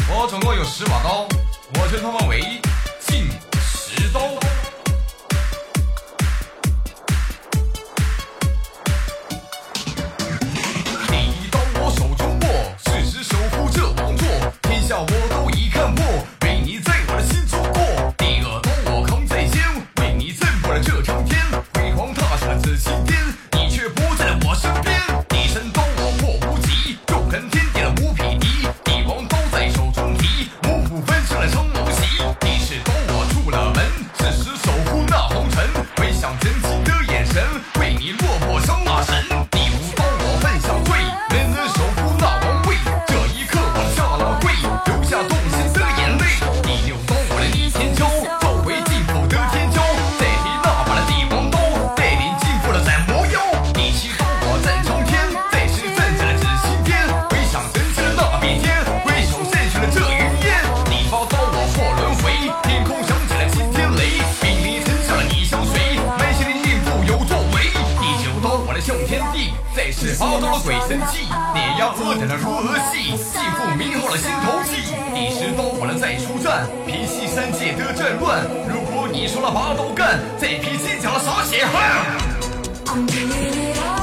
我总共有10把刀，我称他们为进10刀。第一刀我手中握，誓死守护这王座，天下我都已看破，为你在我的心中过。第二刀我扛在肩，为你震破了这苍天，辉煌踏上了紫青天，你却不在我身边。第三刀我破无极，纵横天地的无匹敌，帝王刀在手中提，五虎分胜了成谋袭。第四刀我出了门，誓死守护那红尘，回想真情的眼神，为你落魄伤那神。第五刀我奋向退，人人守护那王位，这一刻我下了跪，流下动心的眼泪。第六刀我的逆天骄，召回尽否得天骄，再提那把的帝王刀，带领尽负了斩魔妖。第七刀我战长天，再次站在了紫青天，回想神奇的那笔天，挥手散去了这云烟。第八刀我破轮回，天空响起了惊天雷，命里沉下了你相随，埋下的应付有作为。第九刀我的向天地，再次发动了鬼神技，碾压恶人的如何戏，尽付名号的心头记。第十刀我的再出战，平息三界的战乱，如果你说了拔刀干，再劈金甲的洒血汗。